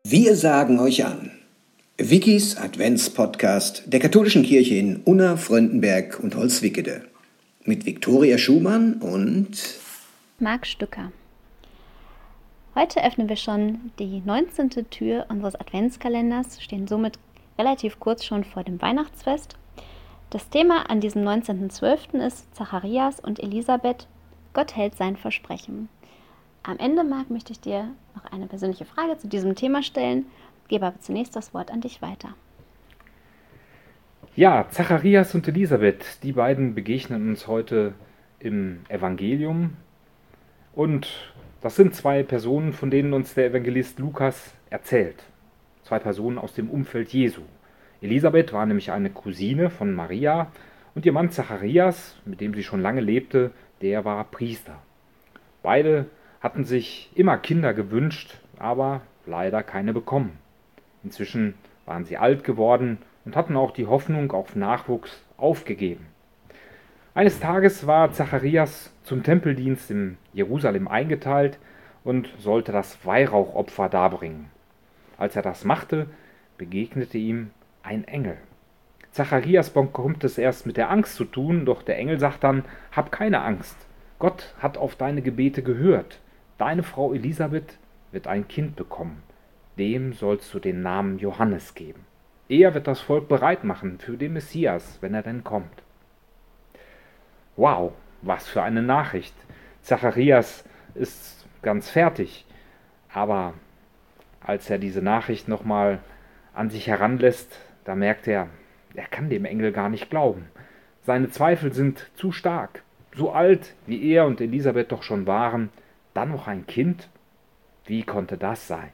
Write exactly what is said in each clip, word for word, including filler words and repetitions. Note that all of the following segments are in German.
Wir sagen euch an. Wikis Adventspodcast der Katholischen Kirche in Unna, Fröndenberg und Holzwickede. Mit Viktoria Schumann und Marc Stücker. Heute öffnen wir schon die neunzehnte Tür unseres Adventskalenders, stehen somit relativ kurz schon vor dem Weihnachtsfest. Das Thema an diesem neunzehnten zwölften ist Zacharias und Elisabeth. Gott hält sein Versprechen. Am Ende, Marc, möchte ich dir noch eine persönliche Frage zu diesem Thema stellen, gebe aber zunächst das Wort an dich weiter. Ja, Zacharias und Elisabeth, die beiden begegnen uns heute im Evangelium. Und das sind zwei Personen, von denen uns der Evangelist Lukas erzählt. Zwei Personen aus dem Umfeld Jesu. Elisabeth war nämlich eine Cousine von Maria und ihr Mann Zacharias, mit dem sie schon lange lebte, der war Priester. Beide hatten sich immer Kinder gewünscht, aber leider keine bekommen. Inzwischen waren sie alt geworden und hatten auch die Hoffnung auf Nachwuchs aufgegeben. Eines Tages war Zacharias zum Tempeldienst in Jerusalem eingeteilt und sollte das Weihrauchopfer darbringen. Als er das machte, begegnete ihm ein Engel. Zacharias bekommt es erst mit der Angst zu tun, doch der Engel sagt dann: Hab keine Angst, Gott hat auf deine Gebete gehört. Deine Frau Elisabeth wird ein Kind bekommen. Dem sollst du den Namen Johannes geben. Er wird das Volk bereit machen für den Messias, wenn er denn kommt. Wow, was für eine Nachricht. Zacharias ist ganz fertig. Aber als er diese Nachricht nochmal an sich heranlässt, da merkt er, er kann dem Engel gar nicht glauben. Seine Zweifel sind zu stark. So alt, wie er und Elisabeth doch schon waren, dann noch ein Kind? Wie konnte das sein?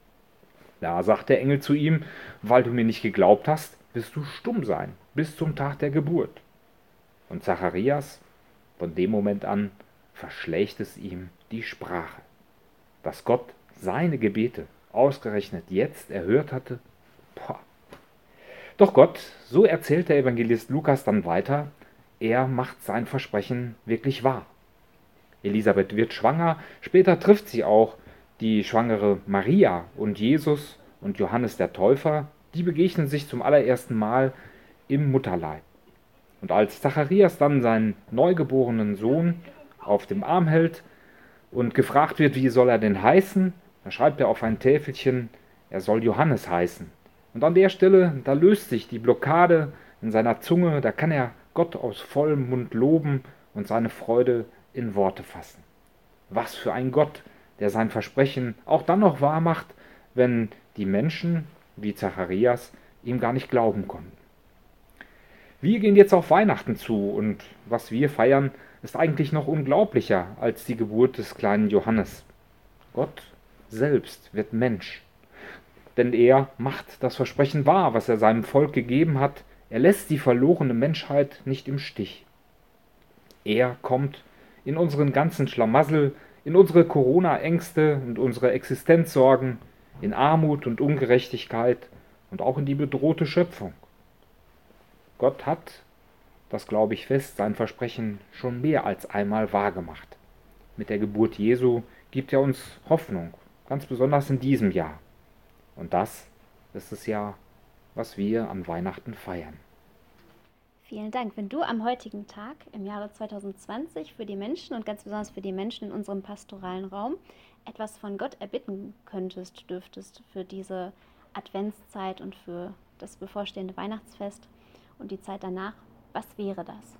Da sagt der Engel zu ihm: Weil du mir nicht geglaubt hast, wirst du stumm sein, bis zum Tag der Geburt. Und Zacharias, von dem Moment an, verschlägt es ihm die Sprache. Dass Gott seine Gebete ausgerechnet jetzt erhört hatte, boah. Doch Gott, so erzählt der Evangelist Lukas dann weiter, er macht sein Versprechen wirklich wahr. Elisabeth wird schwanger, später trifft sie auch die schwangere Maria und Jesus und Johannes der Täufer, die begegnen sich zum allerersten Mal im Mutterleib. Und als Zacharias dann seinen neugeborenen Sohn auf dem Arm hält und gefragt wird, wie soll er denn heißen, dann schreibt er auf ein Täfelchen, er soll Johannes heißen. Und an der Stelle, da löst sich die Blockade in seiner Zunge, da kann er Gott aus vollem Mund loben und seine Freude in Worte fassen. Was für ein Gott, der sein Versprechen auch dann noch wahr macht, wenn die Menschen, wie Zacharias, ihm gar nicht glauben konnten. Wir gehen jetzt auf Weihnachten zu und was wir feiern, ist eigentlich noch unglaublicher als die Geburt des kleinen Johannes. Gott selbst wird Mensch, denn er macht das Versprechen wahr, was er seinem Volk gegeben hat. Er lässt die verlorene Menschheit nicht im Stich. Er kommt in unseren ganzen Schlamassel, in unsere Corona-Ängste und unsere Existenzsorgen, in Armut und Ungerechtigkeit und auch in die bedrohte Schöpfung. Gott hat, das glaube ich fest, sein Versprechen schon mehr als einmal wahrgemacht. Mit der Geburt Jesu gibt er uns Hoffnung, ganz besonders in diesem Jahr. Und das ist es ja, was wir an Weihnachten feiern. Vielen Dank. Wenn du am heutigen Tag im Jahre zweitausendzwanzig für die Menschen und ganz besonders für die Menschen in unserem pastoralen Raum etwas von Gott erbitten könntest, dürftest für diese Adventszeit und für das bevorstehende Weihnachtsfest und die Zeit danach, was wäre das?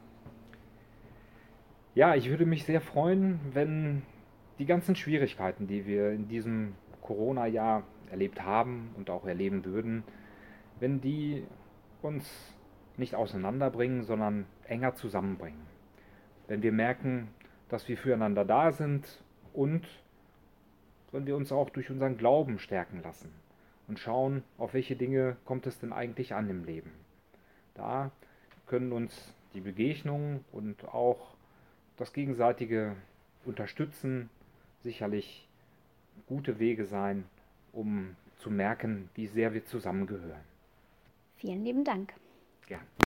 Ja, ich würde mich sehr freuen, wenn die ganzen Schwierigkeiten, die wir in diesem Corona-Jahr erlebt haben und auch erleben würden, wenn die uns nicht auseinanderbringen, sondern enger zusammenbringen. Wenn wir merken, dass wir füreinander da sind und wenn wir uns auch durch unseren Glauben stärken lassen und schauen, auf welche Dinge kommt es denn eigentlich an im Leben. Da können uns die Begegnungen und auch das gegenseitige Unterstützen sicherlich gute Wege sein, um zu merken, wie sehr wir zusammengehören. Vielen lieben Dank. Gern.